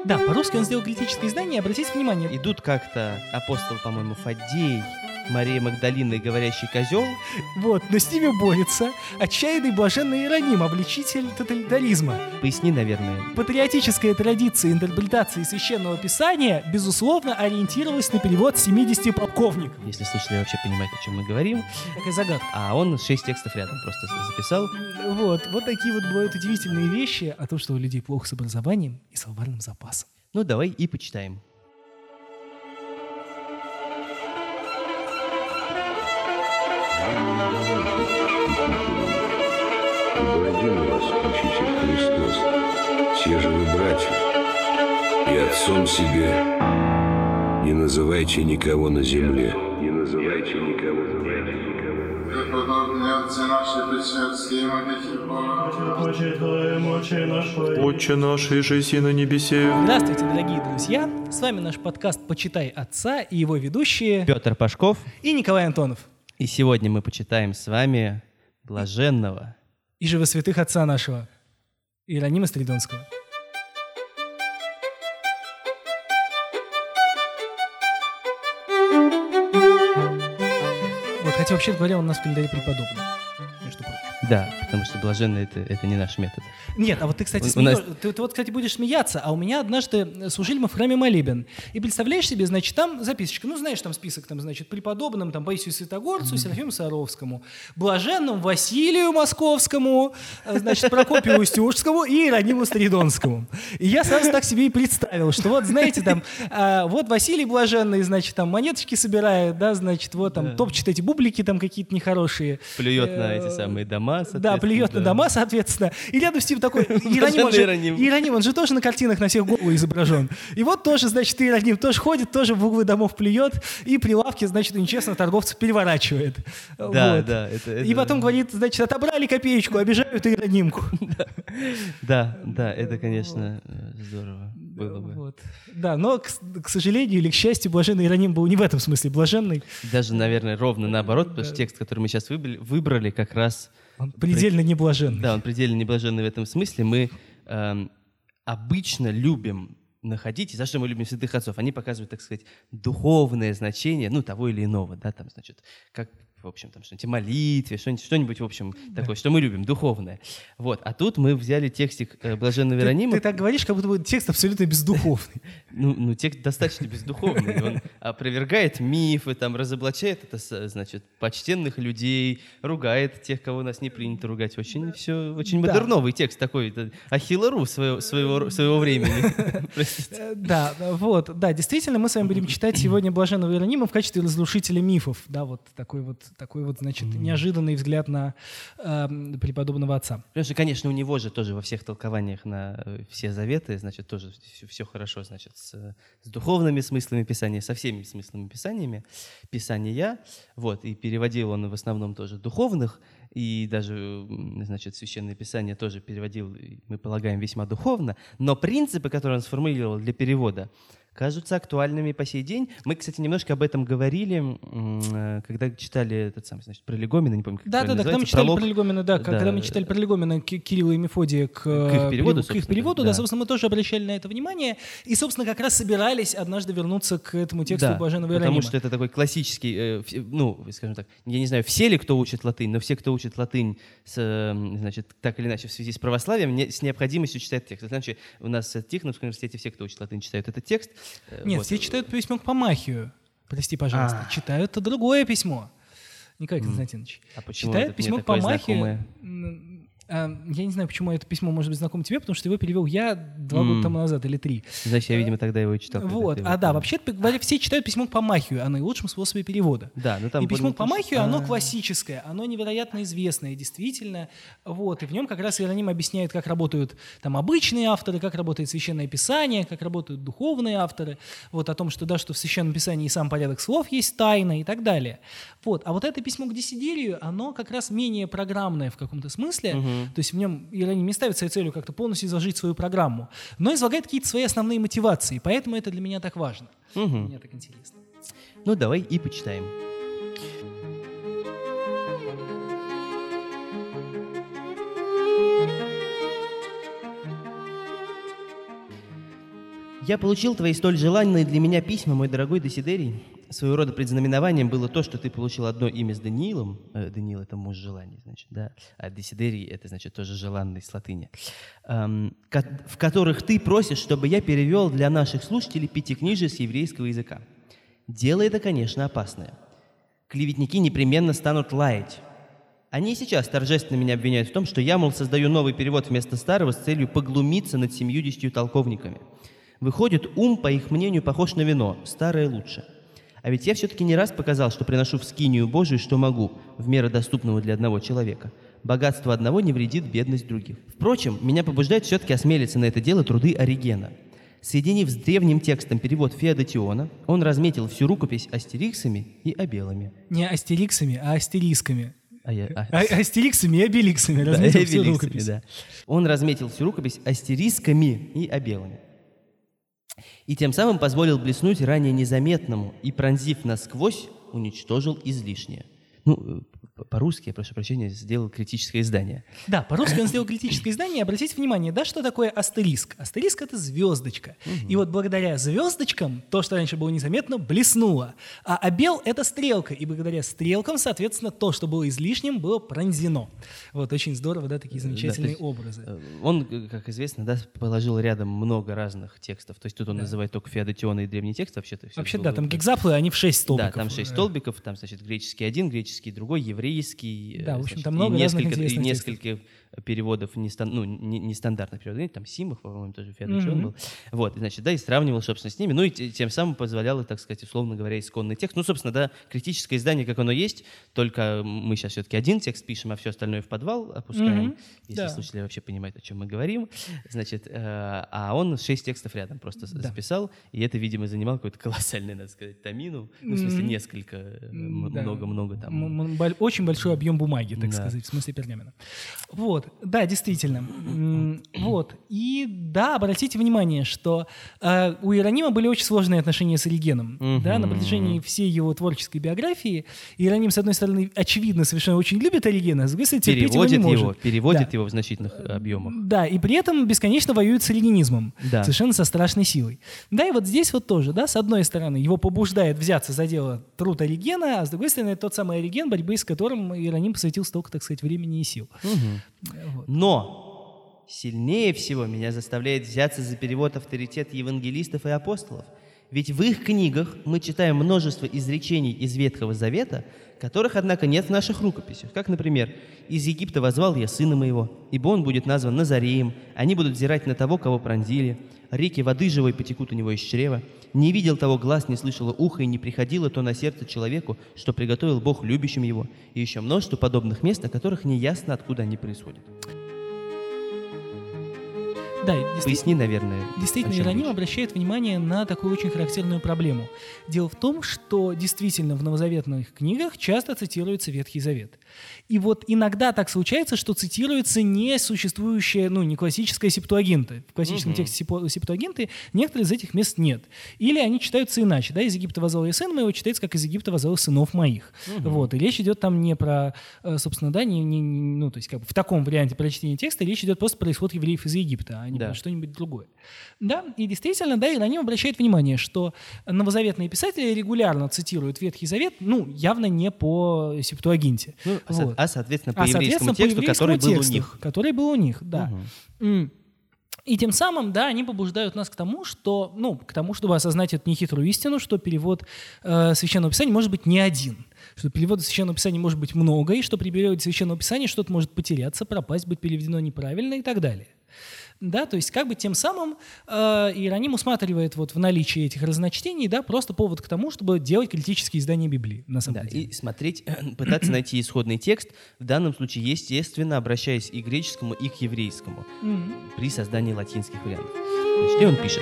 Да, по-русски он сделал критическое издание, обратите внимание. Идут как-то апостол, по-моему, Фаддей, Мария Магдалина и говорящий козел. Вот, но с ними борется отчаянный блаженный Иероним, обличитель тоталитаризма. Поясни, наверное. Патриотическая традиция интерпретации Священного Писания, безусловно, ориентировалась на перевод 70 полковников. Если слушатели вообще понимают, о чем мы говорим. Такая загадка. А он 6 текстов рядом просто записал. Вот такие вот бывают удивительные вещи о том, что у людей плохо с образованием и словарным запасом. Ну, давай и почитаем. Ибо один вас, Учитель Христос, все же вы братья, и отцом себе не называйте никого на земле. Не называйте никого на земле. Отче наш, иже на небесе. Здравствуйте, дорогие друзья! С вами наш подкаст «Почитай отца» и его ведущие Петр Пашков. и Николай Антонов. И сегодня мы почитаем с вами блаженного И живо святых отца нашего, Иеронима Стридонского. Вот, хотя, вообще говоря, он у нас в календаре преподобный, между прочим. Да, потому что блаженный это не наш метод. Нет, а вот ты, кстати, У нас- ты вот, кстати, будешь смеяться, а у меня однажды служили мы в храме молебен. И представляешь себе, значит, там записочка, ну, знаешь, там список, там, значит, преподобным, там, Паисию Святогорцу, Серафиму Саровскому, блаженному Василию Московскому, значит, Прокопию Устюжскому и Иерониму Стридонскому. И я сразу так себе и представил, что вот, знаете, там, вот Василий блаженный, значит, там, монеточки собирает, да, значит, вот там, топчет эти бублики там какие-то нехорошие. Плюет на эти самые дома, Да, соответственно, плюет на да. дома, соответственно. И рядом с ним такой Иероним. Иероним, он же тоже на картинах на всех голый изображен. И вот тоже, значит, Иероним тоже ходит, тоже в углы домов плюет, и прилавки, значит, нечестно торговцев переворачивает. Да, Вот. да, это... И потом говорит, значит, отобрали копеечку, обижают Иеронимку. Да, это, конечно, здорово было бы. Вот. Да, но, к сожалению или к счастью, блаженный Иероним был не в этом смысле блаженный. Даже, наверное, ровно наоборот, потому что текст, который мы сейчас выбрали, как раз... Он предельно не блаженный. Да, он предельно неблаженный в этом смысле. Мы обычно любим находить, и за что мы любим святых отцов, они показывают, так сказать, духовное значение, ну, того или иного, да, там, значит, как, в общем, там, что-нибудь о молитве, что-нибудь, в общем, такое, что мы любим, духовное. Вот, а тут мы взяли текстик блаженного Иеронима. Ты так говоришь, как будто бы текст абсолютно бездуховный. Ну, текст достаточно бездуховный, он опровергает мифы, там, разоблачает это, значит, почтенных людей, ругает тех, кого у нас не принято ругать. Очень все, очень Да. модерновый текст такой, это Ахиллару своего времени. Простите. Да, вот, да, действительно, мы с вами будем читать сегодня блаженного Иеронима в качестве разрушителя мифов, да, вот такой вот, значит, неожиданный взгляд на преподобного отца. Потому что, конечно, у него же тоже во всех толкованиях на все заветы, значит, тоже все хорошо, значит, с духовными смыслами Писания, со всеми смыслами Писания, вот, и переводил он в основном тоже духовных, и даже, значит, Священное Писание тоже переводил, мы полагаем, весьма духовно, но принципы, которые он сформулировал для перевода, кажутся актуальными по сей день. Мы, кстати, немножко об этом говорили, когда читали этот самый, значит, про Легомена, не помню, как Да, правильно когда мы называется, читали пролог. про Легомена, да, когда мы читали про Легомена Кирилла и Мефодия к их переводу, к их собственно, переводу, да. да, собственно, мы тоже обращали на это внимание, и, собственно, как раз собирались однажды вернуться к этому тексту блаженного Иеронима. Потому что это такой классический, ну, скажем так, я не знаю, все ли кто учит латынь, но все, кто учит латынь, значит, так или иначе в связи с православием, с необходимостью читать текст. Иначе у нас в Тихоновском университете все, кто учит латынь, читают этот текст. Нет, Вот. все читают письмо к Памахию. Прости, пожалуйста. Читают это другое письмо. Николай Константинович. А почему Читают это мне письмо к такое Памахию. знакомое? Я не знаю, почему это письмо может быть знакомо тебе, потому что его перевел я 2 года тому назад или 3. Значит, я, видимо, тогда его и читал. когда Вот. ты его Да, перевел. вообще-то говоря, все читают письмо к Памахию о наилучшем способе перевода. Да, ну там... И письмо к более- Памахию, оно классическое, оно невероятно известное, действительно. Вот. И в нем как раз Иероним объясняет, как работают там обычные авторы, как работает Священное Писание, как работают духовные авторы. Вот о том, что, да, что в Священном Писании и сам порядок слов есть тайна и так далее. Вот. А вот это письмо к Десидерию, оно как раз менее программное в каком-то смысле. То есть в нем Иероним не ставит своей целью как-то полностью изложить свою программу, но излагает какие-то свои основные мотивации. Поэтому это для меня так важно. Мне так интересно. Ну, давай и почитаем. «Я получил твои столь желанные для меня письма, мой дорогой Десидерий. Своего рода предзнаменованием было то, что ты получил одно имя с Даниилом». Даниил — это муж желаний, значит, да. А Десидерий — это, значит, тоже желанный с латыни. «В которых ты просишь, чтобы я перевел для наших слушателей пятикнижие с еврейского языка. Дело это, конечно, опасное. Клеветники непременно станут лаять. Они и сейчас торжественно меня обвиняют в том, что я, мол, создаю новый перевод вместо старого с целью поглумиться над 70 толковниками. Выходит, ум, по их мнению, похож на вино, старое лучше. А ведь я все-таки не раз показал, что приношу в скинию Божию, что могу, в меру доступного для одного человека. Богатство одного не вредит бедность других. Впрочем, меня побуждает все-таки осмелиться на это дело труды Оригена. Соединив с древним текстом перевод Феодотиона, он разметил всю рукопись астериксами и обелами. Не астериксами, а астерисками. Астериксами и обеликсами разметил всю рукопись. Да. Он разметил всю рукопись астерисками и обелами. И тем самым позволил блеснуть ранее незаметному и, пронзив насквозь, уничтожил излишнее. Ну, по-русски, я прошу прощения, сделал критическое издание. Да, по-русски он сделал критическое издание. Обратите внимание, да, что такое астериск? Астериск — это звездочка. И вот благодаря звездочкам то, что раньше было незаметно, блеснуло. А обел — это стрелка. И благодаря стрелкам, соответственно, то, что было излишним, было пронзено. Вот, очень здорово, да, такие замечательные образы. Он, как известно, да, положил рядом много разных текстов. То есть тут он называет только Феодотиона и древний текст. Вообще, да, там гигзаплы, они в 6 столбиков. Да, там 6 столбиков, там, значит, греческий один, греческий другой, еврейский. Да, в общем, значит, там много разных интересных несколько переводов, нестандартных переводов, там Симах, по-моему, тоже Феодотион был. Вот, значит, да, и сравнивал, собственно, с ними, ну и тем самым позволял, так сказать, условно говоря, исконный текст. Ну, собственно, да, критическое издание, как оно есть, только мы сейчас все-таки один текст пишем, а все остальное в подвал опускаем, если слушатели вообще понимают, о чем мы говорим, значит, а он 6 текстов рядом просто записал, и это, видимо, занимало какое-то колоссальное, надо сказать, томину, ну, в смысле, несколько, много-много там. Очень большой объем бумаги, так сказать, в смысле пергамента. Вот, да, действительно. Вот, и да, обратите внимание, что у Иеронима были очень сложные отношения с Оригеном. Да, на протяжении всей его творческой биографии Иероним, с одной стороны, очевидно, совершенно очень любит Оригена, а с другой стороны, терпеть его не может. Переводит его в значительных объемах. Да, и при этом бесконечно воюет с оригенизмом, совершенно со страшной силой. Да, и вот здесь вот тоже, да, с одной стороны, его побуждает взяться за дело труд Оригена, а с другой стороны, тот самый Ориген, борьбы с которым Иероним посвятил столько, так сказать, времени и сил. Вот. Но сильнее всего меня заставляет взяться за перевод авторитет евангелистов и апостолов. Ведь в их книгах мы читаем множество изречений из Ветхого Завета, которых, однако, нет в наших рукописях. Как, например, «Из Египта возвал я сына моего, ибо он будет назван Назареем, они будут взирать на того, кого пронзили, реки воды живой потекут у него из чрева, не видел того глаз, не слышало ухо, и не приходило то на сердце человеку, что приготовил Бог любящим его», и еще множество подобных мест, о которых неясно, откуда они происходят. Да, поясни, наверное. Действительно, Иероним обращает внимание на такую очень характерную проблему. Дело в том, что действительно в новозаветных книгах часто цитируется Ветхий Завет. И вот иногда так случается, что цитируется не существующая, не классическая Септуагинта. В классическом тексте Септуагинты некоторые из этих мест нет. Или они читаются иначе. Да, «Из Египта возвал я сына моего» читается как «Из Египта возвал сынов моих». Вот. И речь идет там не про, собственно, да, то есть как бы в таком варианте прочтения текста речь идет просто про исход евреев из Египта, а не про что-нибудь другое. Да, и действительно, да, Иероним обращает внимание, что новозаветные писатели регулярно цитируют Ветхий Завет, явно не по Септуагинте. Соответственно, по еврейскому тексту, который был у них, да. И тем самым, да, они побуждают нас к тому, чтобы осознать эту нехитрую истину, что перевод Священного Писания может быть не один, что перевода Священного Писания может быть много, и что при переводе Священного Писания что-то может потеряться, пропасть, быть переведено неправильно и так далее. Да, то есть как бы тем самым Иероним усматривает вот в наличии этих разночтений, да, просто повод к тому, чтобы делать критические издания Библии, на самом деле. И смотреть, пытаться найти исходный текст, в данном случае, естественно, обращаясь и к греческому, и к еврейскому при создании латинских вариантов. Значит, и он пишет.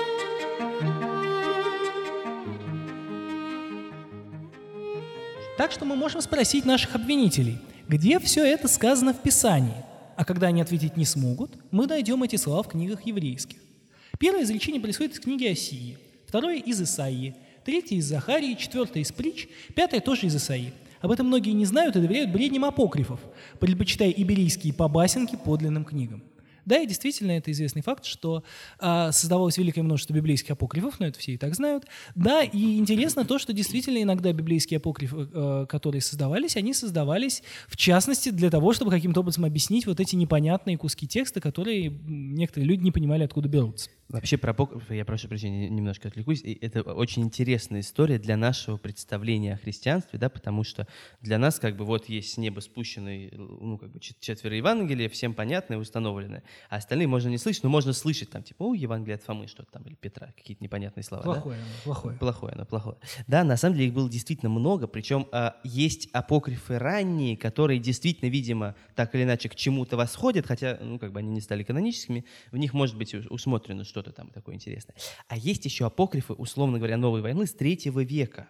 Так что мы можем спросить наших обвинителей, где все это сказано в Писании? А когда они ответить не смогут, мы найдем эти слова в книгах еврейских. Первое изречение происходит из книги Осии, второе из Исаии, третье из Захарии, четвертое из Притч, пятое тоже из Исаии. Об этом многие не знают и доверяют бредням апокрифов, предпочитая иберийские побасенки подлинным книгам. Да, и действительно, это известный факт, что создавалось великое множество библейских апокрифов, но это все и так знают. Да, и интересно то, что действительно иногда библейские апокрифы, которые создавались, они создавались, в частности, для того, чтобы каким-то образом объяснить вот эти непонятные куски текста, которые некоторые люди не понимали, откуда берутся. Вообще про апокрифы, я прошу прощения, немножко отвлекусь, это очень интересная история для нашего представления о христианстве, да, потому что для нас как бы вот есть с неба спущенные, ну, как бы 4 Евангелия, всем понятное, установленное, а остальные можно не слышать, но можно слышать там, типа, Евангелие от Фомы, что-то там, или Петра, какие-то непонятные слова. Плохое, да? оно, плохое. Плохое, оно плохое. Да, на самом деле их было действительно много, причем есть апокрифы ранние, которые действительно, видимо, так или иначе к чему-то восходят, хотя, ну, как бы они не стали каноническими, в них может быть усмотрено что-то там такое интересное. А есть еще апокрифы, условно говоря, новой войны с 3 века.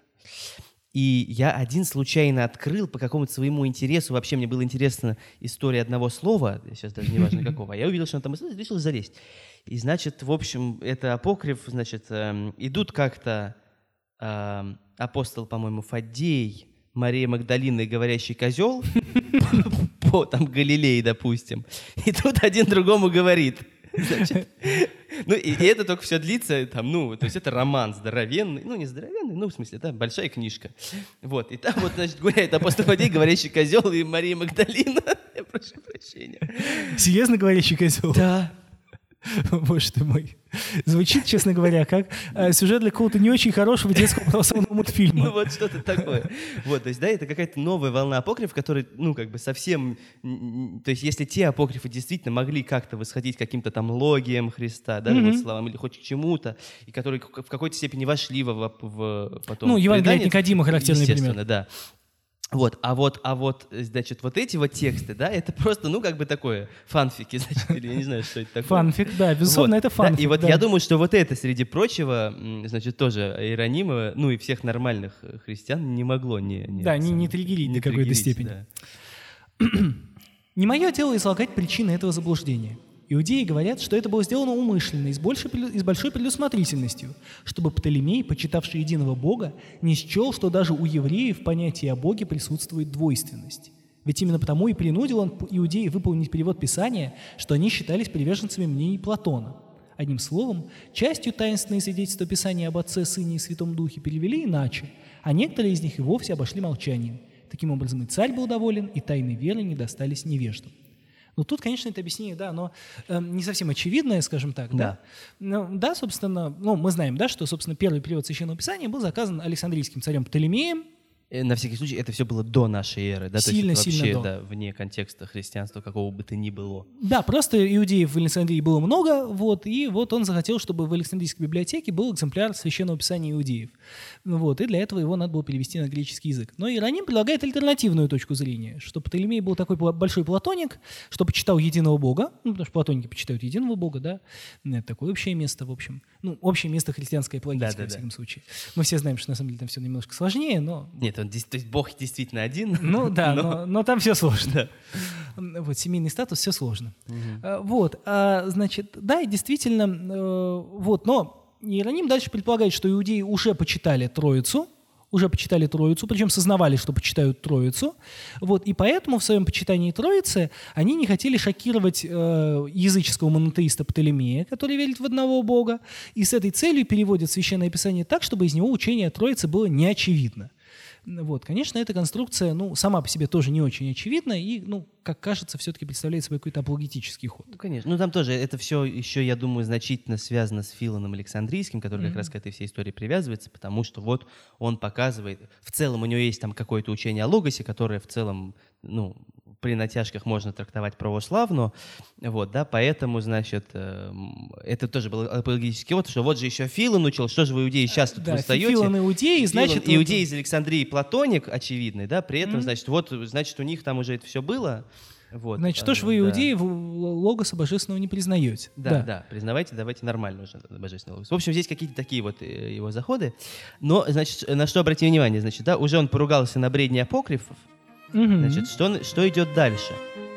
И я один случайно открыл по какому-то своему интересу, вообще мне было интересна история одного слова, сейчас даже не важно какого, а я увидел, что он там решил залезть. И, значит, в общем, это апокриф, значит, идут как-то апостол, по-моему, Фаддей, Мария Магдалина и говорящий козел по там Галилее, допустим. И тут один другому говорит, значит, ну, и это только все длится, там, ну, то есть это роман здоровенный, ну, не здоровенный, ну, в смысле, да, большая книжка. Вот, и там вот, значит, гуляет апостол Фаддей, говорящий козел и Мария Магдалина. Я прошу прощения. Серьезно говорящий козел? Да. Боже ты мой. Звучит, честно говоря, как сюжет для какого-то не очень хорошего детского православного мультфильма. Ну вот что-то такое. Вот, то есть, да, это какая-то новая волна апокрифов, которые, ну, как бы совсем... То есть, если те апокрифы действительно могли как-то восходить к каким-то там логиям Христа, да, вот словам, или хоть к чему-то, и которые в какой-то степени вошли в потом... Ну, Евангелие от Никодима характерный пример. Естественно, да. Вот, а вот, значит, вот эти вот тексты, да, это просто, ну, как бы такое, фанфики, значит, или я не знаю, что это такое. Фанфик, да, безусловно, вот, это фанфик. Да, и вот да. я думаю, что вот это, среди прочего, значит, тоже Иеронимова, ну, и всех нормальных христиан не могло не триггерить до какой-то степени. Да. Не мое дело излагать причины этого заблуждения. Иудеи говорят, что это было сделано умышленно и с большой предусмотрительностью, чтобы Птолемей, почитавший единого Бога, не счел, что даже у евреев в понятии о Боге присутствует двойственность. Ведь именно потому и принудил он иудеев выполнить перевод Писания, что они считались приверженцами мнений Платона. Одним словом, частью таинственные свидетельства Писания об Отце, Сыне и Святом Духе перевели иначе, а некоторые из них и вовсе обошли молчанием. Таким образом, и царь был доволен, и тайны веры не достались невеждам. Ну, тут, конечно, это объяснение, да, оно не совсем очевидное, скажем так, да. Да, собственно, ну, мы знаем, да, что, собственно, первый перевод Священного Писания был заказан Александрийским царем Птолемеем. На всякий случай, это все было до нашей эры, да? Сильно, то есть это вообще, до. Да, вне контекста христианства, какого бы то ни было. Да, просто иудеев в Александрии было много, вот, и вот он захотел, чтобы в Александрийской библиотеке был экземпляр Священного Писания иудеев. Вот, и для этого его надо было перевести на греческий язык. Но Иероним предлагает альтернативную точку зрения, что Птолемей был такой большой платоник, что почитал единого Бога, ну, потому что платоники почитают единого Бога, да, это такое общее место, в общем, ну, общее место христианской апологетики, во всяком случае. Мы все знаем, что на самом деле там все немножко сложнее, но... Нет, то есть Бог действительно один. Ну да, но там все сложно. Вот, семейный статус, все сложно. Вот, значит, да, и действительно, вот, но Иероним дальше предполагает, что иудеи уже почитали Троицу, причем сознавали, что почитают Троицу, вот, и поэтому в своем почитании Троицы они не хотели шокировать языческого монотеиста Птолемея, который верит в одного Бога, и с этой целью переводят Священное Писание так, чтобы из него учение о Троице было неочевидно. Вот, конечно, эта конструкция, ну, сама по себе тоже не очень очевидна и, ну, как кажется, все-таки представляет собой какой-то апологетический ход. Ну, конечно. Ну, там тоже это все еще, я думаю, значительно связано с Филоном Александрийским, который как раз к этой всей истории привязывается, потому что вот он показывает, в целом у него есть там какое-то учение о логосе, которое в целом, ну, при натяжках можно трактовать православно, вот, да, поэтому, значит, это тоже был апологетический ход, что вот же еще Филон учил, что же вы, иудеи, сейчас тут да, устаете? Филон иудей, значит... Иудей из Александрии платоник, очевидный, да, при этом, значит, вот, значит, у них там уже это все было. Вот, значит, то, что вы, иудеи, логоса божественного не признаете. Да, признавайте, давайте нормально уже божественный логос. В общем, здесь какие-то такие вот его заходы. Но, значит, на что обратим внимание, значит, да, уже он поругался на бредни апокрифов. Значит, что идет дальше?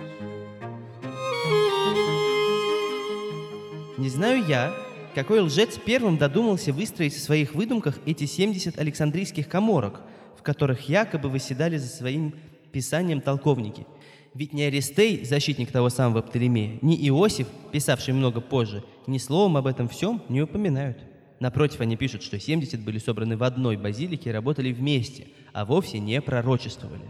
Не знаю я, какой лжец первым додумался выстроить в своих выдумках эти 70 александрийских каморок, в которых якобы восседали за своим писанием толковники. Ведь ни Аристей, защитник того самого Птолемея, ни Иосиф, писавший много позже, ни словом об этом всем не упоминают. Напротив, они пишут, что 70 были собраны в одной базилике и работали вместе, а вовсе не пророчествовали.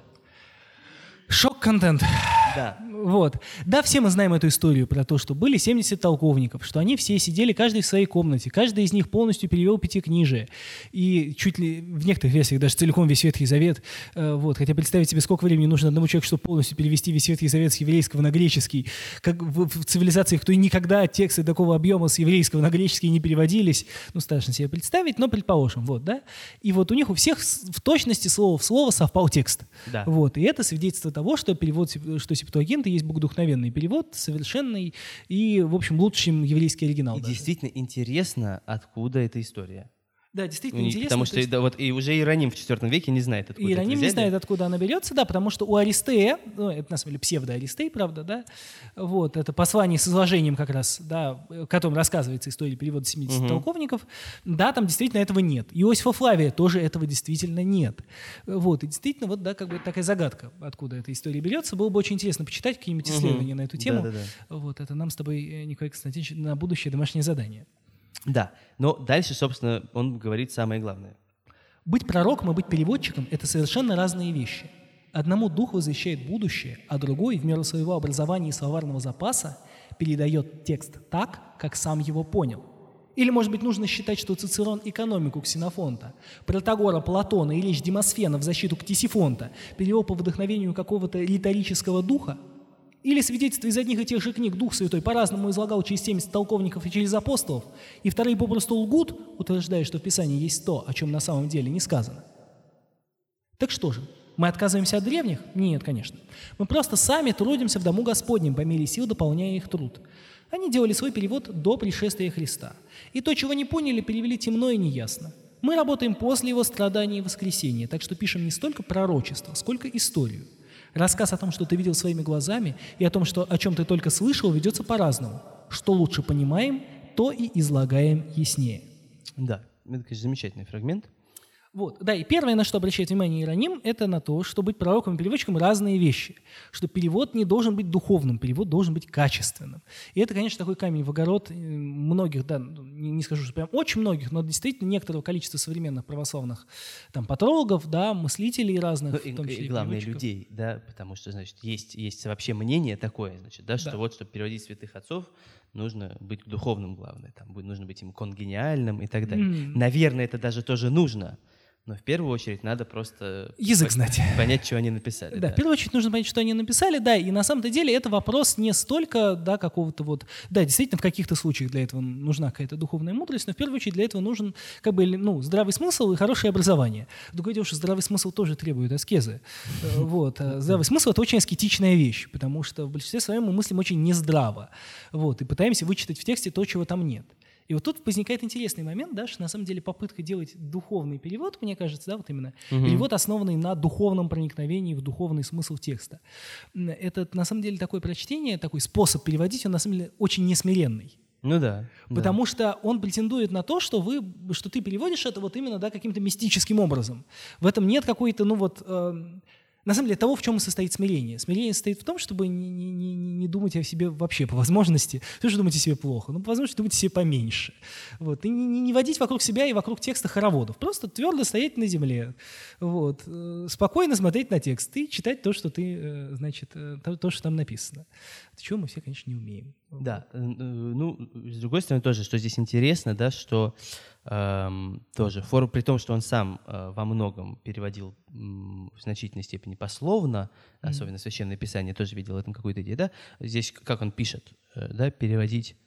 Шок-контент. Да. Вот. Да, все мы знаем эту историю про то, что были 70 толковников, что они все сидели каждый в своей комнате, каждый из них полностью перевел Пятикнижие. И чуть ли в некоторых версиях даже целиком весь Ветхий Завет. Вот. Хотя представить себе, сколько времени нужно одному человеку, чтобы полностью перевести весь Ветхий Завет с еврейского на греческий. Как в цивилизациях, кто никогда тексты такого объема с еврейского на греческий не переводились. Ну, страшно себе представить, но предположим. Вот, да? И вот у них у всех в точности слово в слово совпал текст. Да. Вот. И это свидетельство того, что перевод, что Септуагинта есть богодухновенный перевод, совершенный и, в общем, лучше, чем еврейский оригинал. И даже. действительно интересно, откуда эта история. Да, действительно интересно. Потому что да, вот, и уже Иероним в IV веке не знает, откуда Иероним это не взяли. знает, откуда она берется, да, потому что у Аристея, ну, это на самом деле псевдо-Аристей, правда, да, вот, это послание с изложением как раз, да, в котором рассказывается история перевода 70 толковников, да, там действительно этого нет. Иосифа Флавия тоже этого действительно нет. Вот, и действительно, вот, да, как бы такая загадка, откуда эта история берется. Было бы очень интересно почитать какие-нибудь исследования на эту тему. Да-да-да. Вот, это нам с тобой, Николай Константинович, на будущее домашнее задание. Да, но дальше, собственно, он говорит самое главное. Быть пророком и быть переводчиком – это совершенно разные вещи. Одному дух возвещает будущее, а другой, в меру своего образования и словарного запаса, передает текст так, как сам его понял. Или, может быть, нужно считать, что Цицерон экономику Ксенофонта, Протагора Платона и речь Демосфена в защиту Ктесифонта перевел по вдохновению какого-то риторического духа? Или свидетельства из одних и тех же книг Дух Святой по-разному излагал через 70 толковников и через апостолов, и вторые попросту лгут, утверждая, что в Писании есть то, о чем на самом деле не сказано? Так что же, мы отказываемся от древних? Нет, конечно. Мы просто сами трудимся в дому Господнем, по мере сил дополняя их труд. Они делали свой перевод до пришествия Христа. И то, чего не поняли, перевели темно и неясно. Мы работаем после его страдания и воскресения, так что пишем не столько пророчество, сколько историю. Рассказ о том, что ты видел своими глазами, и о том, о чем ты только слышал, ведется по-разному. Что лучше понимаем, то и излагаем яснее. Да, это, конечно, замечательный фрагмент. Вот, да, и первое, на что обращает внимание Иероним, это на то, что быть пророком и переводчиком – разные вещи. Что перевод не должен быть духовным, перевод должен быть качественным. И это, конечно, такой камень в огород многих, да, не скажу, что прям очень многих, но действительно некоторого количества современных православных там патрологов, да, мыслителей разных, в том числе и главное, людей, да, потому что, значит, есть вообще мнение такое, значит, да, что Да. вот, чтобы переводить святых отцов, нужно быть духовным, главное, там, нужно быть им конгениальным и так далее. Наверное, это даже тоже нужно. Но в первую очередь надо просто Язык знать. понять, что они написали. Да, в первую очередь нужно понять, что они написали, да, и на самом-то деле это вопрос не столько, да, какого-то вот, да, действительно в каких-то случаях для этого нужна какая-то духовная мудрость, но в первую очередь для этого нужен, как бы, ну, здравый смысл и хорошее образование. Другое дело, что здравый смысл тоже требует аскезы. Вот. Здравый смысл – это очень аскетичная вещь, потому что в большинстве своем мы мыслим очень нездраво, вот, и пытаемся вычитать в тексте то, чего там нет. И вот тут возникает интересный момент, да, что на самом деле попытка делать духовный перевод, мне кажется, да, вот именно, перевод, основанный на духовном проникновении в духовный смысл текста. Это на самом деле такое прочтение, такой способ переводить, он на самом деле очень несмиренный. Ну да. Потому что он претендует на то, что ты переводишь это вот именно, да, каким-то мистическим образом. В этом нет какой-то, ну вот... На самом деле, того, в чем состоит смирение. Смирение состоит в том, чтобы не думать о себе вообще по возможности. Тоже думать о себе плохо, но по возможности думать о себе поменьше. Вот. И не водить вокруг себя и вокруг текста хороводов. Просто твердо стоять на земле. Вот. Спокойно смотреть на текст и читать то, что значит, то, что там написано. Чего мы все, конечно, не умеем. Да. Ну, с другой стороны, тоже, что здесь интересно, да, что тоже, при том, что он сам во многом переводил в значительной степени пословно, особенно Священное Писание, тоже видел в этом какую-то идею, да, здесь, как он пишет, да, переводить,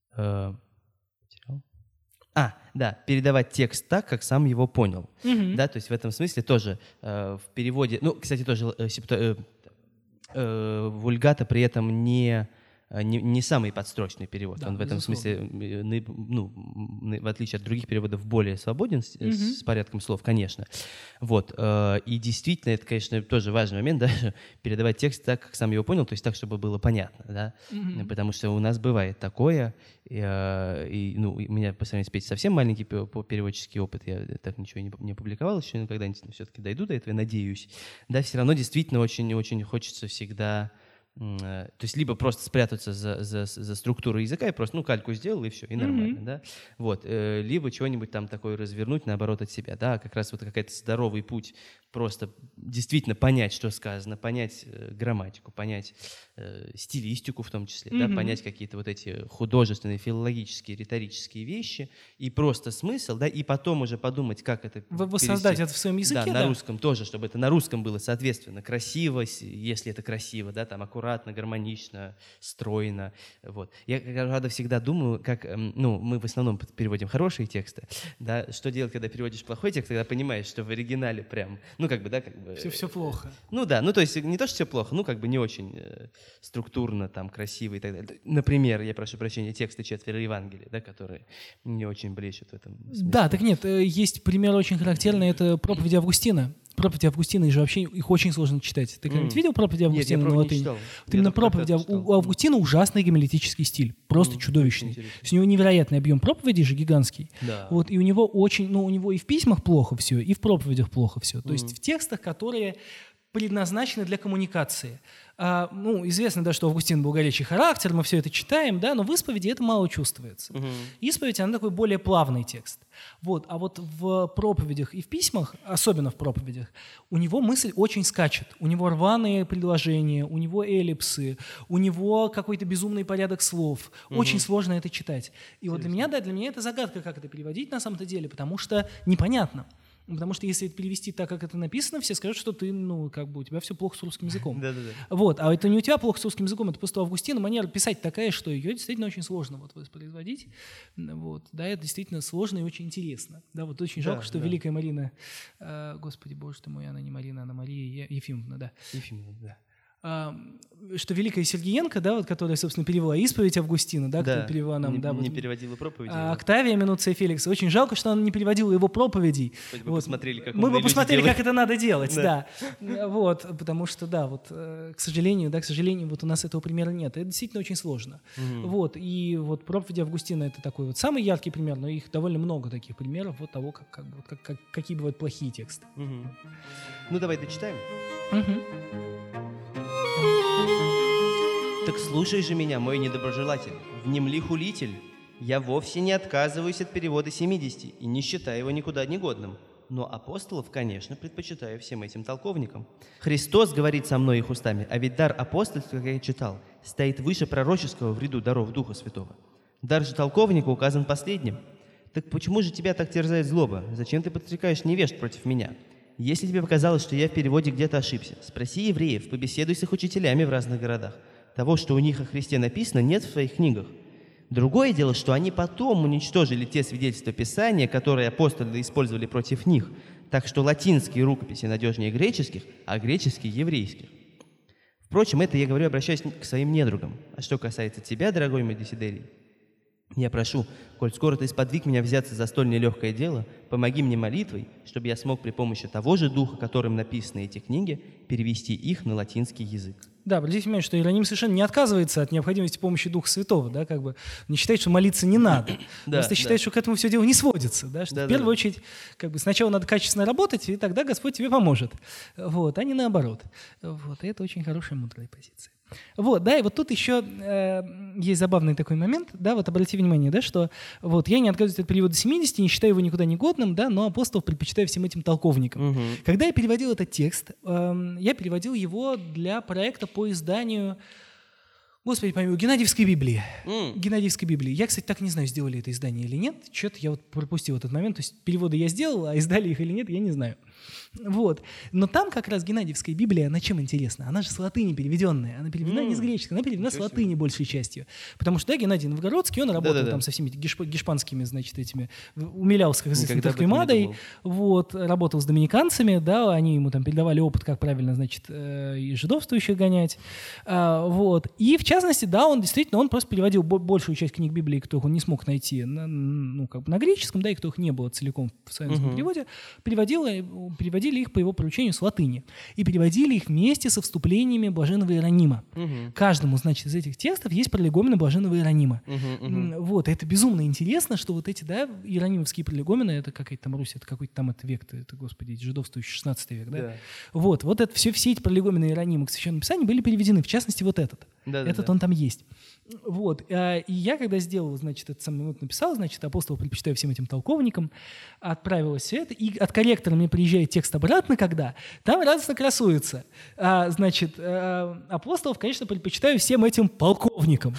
передавать текст так, как сам его понял, да, то есть в этом смысле тоже в переводе, ну, кстати, тоже Вульгата при этом не самый подстрочный перевод. Да, он в этом смысле, в отличие от других переводов, более свободен с порядком слов, конечно. Вот. И действительно, это, конечно, тоже важный момент, да, передавать текст так, как сам его понял, то есть так, чтобы было понятно, да, потому что у нас бывает такое, у меня, по сравнению с Петей, совсем маленький переводческий опыт, я так ничего не публиковал еще, но когда-нибудь все-таки дойду до этого, я надеюсь, да, все равно действительно очень-очень хочется всегда То есть либо просто спрятаться за структурой языка и просто, кальку сделал, и все, и нормально, да? Вот. Либо чего-нибудь там такое развернуть, наоборот, от себя, да? Как раз вот какой-то здоровый путь просто действительно понять, что сказано, понять грамматику, понять стилистику в том числе, да? Понять какие-то вот эти художественные, филологические, риторические вещи, и просто смысл, да? И потом уже подумать, как это воссоздать это в своем языке, да? На русском тоже, чтобы это на русском было, соответственно, красиво, если это красиво, да, там аккуратно, гармонично, стройно, вот. Я, правда, всегда думаю, как, мы в основном переводим хорошие тексты, да, что делать, когда переводишь плохой текст, когда понимаешь, что в оригинале прям, Все плохо. То есть не то, что все плохо, не очень структурно, там, красиво и так далее. Например, я прошу прощения, тексты четверо Евангелия, да, которые не очень блещут в этом смысле. Да, так нет, есть пример очень характерный, это проповеди Августина. Проповеди Августина же вообще их очень сложно читать. Ты когда-нибудь видел проповеди Августина на латыни? Читал. Вот именно проповеди у Августина ужасный гомилетический стиль, просто чудовищный. У него невероятный объем проповедей же гигантский. Да. Вот, и у него у него и в письмах плохо все, и в проповедях плохо все. То есть в текстах, которые предназначены для коммуникации. Известно, да, что Августин был горячий характер, мы все это читаем, да, но в исповеди это мало чувствуется. Исповедь, она такой более плавный текст. Вот. А вот в проповедях и в письмах, особенно в проповедях, у него мысль очень скачет. У него рваные предложения, у него эллипсы, у него какой-то безумный порядок слов. Очень сложно это читать. И вот для меня это загадка, как это переводить на самом-то деле, потому что непонятно. Потому что если это перевести так, как это написано, все скажут, что ты, у тебя все плохо с русским языком. Вот, а это не у тебя плохо с русским языком, это просто у Августина манера писать такая, что ее действительно очень сложно воспроизводить. Вот, да, это действительно сложно и очень интересно. Да, вот очень жалко, что великая Марина, Господи, Боже ты мой, она не Марина, она Мария Ефимовна, да. Ефимовна, да. Что великая Сергиенко, да, которая, собственно, перевела исповедь Августина, да, которая перевела нам, не переводила проповеди. Октавия Минуция Феликса. Очень жалко, что она не переводила его проповедей. Мы посмотрели, как мы бы посмотрели, как это надо делать, да. Вот, потому что, к сожалению, вот у нас этого примера нет. Это действительно очень сложно. Вот, и вот проповеди Августина — это такой вот самый яркий пример, но их довольно много таких примеров вот того, какие бывают плохие тексты. Давай дочитаем. Так слушай же меня, мой недоброжелатель, внемли хулитель. Я вовсе не отказываюсь от перевода 70 и не считаю его никуда негодным. Но апостолов, конечно, предпочитаю всем этим толковникам. Христос говорит со мной их устами, а ведь дар апостольства, как я читал, стоит выше пророческого в ряду даров Духа Святого. Дар же толковника указан последним. Так почему же тебя так терзает злоба? Зачем ты подстрекаешь невежд против меня? Если тебе показалось, что я в переводе где-то ошибся, спроси евреев, побеседуй с их учителями в разных городах. Того, что у них о Христе написано, нет в своих книгах. Другое дело, что они потом уничтожили те свидетельства Писания, которые апостолы использовали против них, так что латинские рукописи надежнее греческих, а греческие — еврейских. Впрочем, это я говорю, обращаясь к своим недругам. А что касается тебя, дорогой мой Десидерий, я прошу, коль скоро ты сподвиг меня взяться за столь нелегкое дело, помоги мне молитвой, чтобы я смог при помощи того же духа, которым написаны эти книги, перевести их на латинский язык. Да, обратите внимание, что Иероним совершенно не отказывается от необходимости помощи Духа Святого, да, не считает, что молиться не надо. Просто считает, что к этому все дело не сводится, да, что в первую очередь сначала надо качественно работать, и тогда Господь тебе поможет, вот, а не наоборот. Вот, и это очень хорошая, мудрая позиция. Вот, да, и вот тут еще есть забавный такой момент, да, вот обратите внимание, да, что вот я не отказываюсь от перевода 70, не считаю его никуда негодным, да, но апостолов предпочитаю всем этим толковникам. Когда я переводил этот текст, я переводил его для проекта по изданию, Господи помилуй, Геннадиевской Библии. Геннадиевской Библии. Я, кстати, так не знаю, сделали это издание или нет. Что-то я вот пропустил этот момент. То есть переводы я сделал, а издали их или нет, я не знаю. Вот. Но там как раз Геннадиевская Библия, она чем интересна? Она же с латыни переведенная. Она переведена не с греческой, она переведена с латыни большей частью. Потому что, да, Геннадий Новгородский, он работал там со всеми гешпанскими, значит, этими, умилял с Святым вот, работал с доминиканцами, да, они ему там передавали опыт, как правильно, значит, и жидовствующих гонять. Вот. И, в частности, да, он действительно, он просто переводил большую часть книг Библии, которых он не смог найти на греческом, да, и которых не было целиком в славянском переводе, переводил переводили их по его поручению с латыни. И переводили их вместе со вступлениями блаженного Иеронима. Каждому, значит, из этих текстов есть пролегомены блаженного Иеронима. Вот, и это безумно интересно, что вот эти, да, иеронимовские пролегомены, это какая-то там Русь, это какой-то там это век, это, господи, жидовствующий 16 век, да? Вот это все эти пролегомены Иеронима к Священному Писанию были переведены, в частности, вот этот. Он там есть. Вот. И я, когда сделал, значит, это самое, вот написал, значит, апостол предпочитаю всем этим толковникам, отправилось все это, и от корректора мне приезжает текст обратно, когда там радостно красуется. Значит, апостолов, конечно, предпочитаю всем этим полковникам.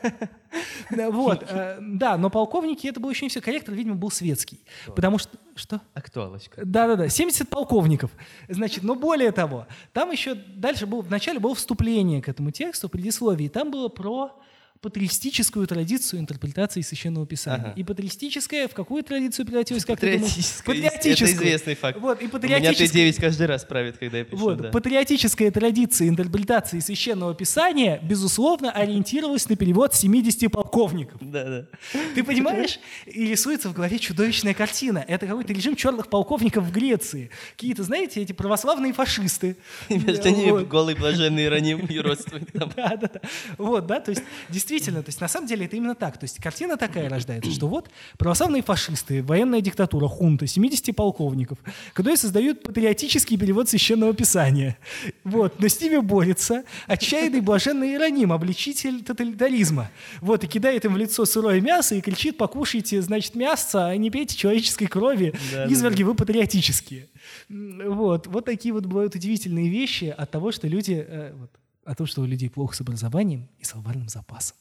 Вот. Да, но полковники, это было еще не все. Корректор, видимо, был светский. Потому что... Что? Актуалочка. Да-да-да, 70 полковников. Значит, но более того, там еще дальше вначале было вступление к этому тексту, предисловие, и там было про патристическую традицию интерпретации Священного Писания. И патристическая в какую традицию превратилась, как ты думаешь? Патриотическую. Это известный факт. Вот, и У меня Т9 каждый раз правит, когда я пишу. Вот, да. Патриотическая традиция интерпретации Священного Писания, безусловно, ориентировалась на перевод 70 полковников. Да. Ты понимаешь? И рисуется в голове чудовищная картина. Это какой-то режим черных полковников в Греции. Какие-то, знаете, эти православные фашисты. И между ними голый блаженный Иероним юродствует там. Да. Вот, да, то есть действительно, то есть на самом деле это именно так. То есть картина такая рождается, что вот православные фашисты, военная диктатура, хунта, 70 полковников, которые создают патриотический перевод Священного Писания. Вот, но с ними борется отчаянный блаженный Иероним, обличитель тоталитаризма. Вот, и кидает им в лицо сырое мясо и кричит: покушайте, значит, мясо, а не пейте человеческой крови, изверги вы патриотические. Вот такие вот бывают удивительные вещи от того, что люди... о том, что у людей плохо с образованием и словарным запасом.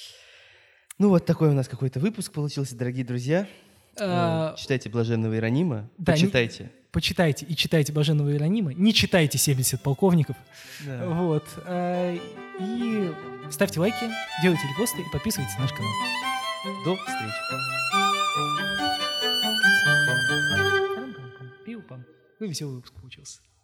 Ну вот такой у нас какой-то выпуск получился, дорогие друзья. Читайте блаженного Иеронима, почитайте. Почитайте и читайте блаженного Иеронима, не читайте 70 полковников. Да. Вот. И ставьте лайки, делайте репосты и подписывайтесь на наш канал. До встречи. Пиу-пам. Веселый выпуск получился.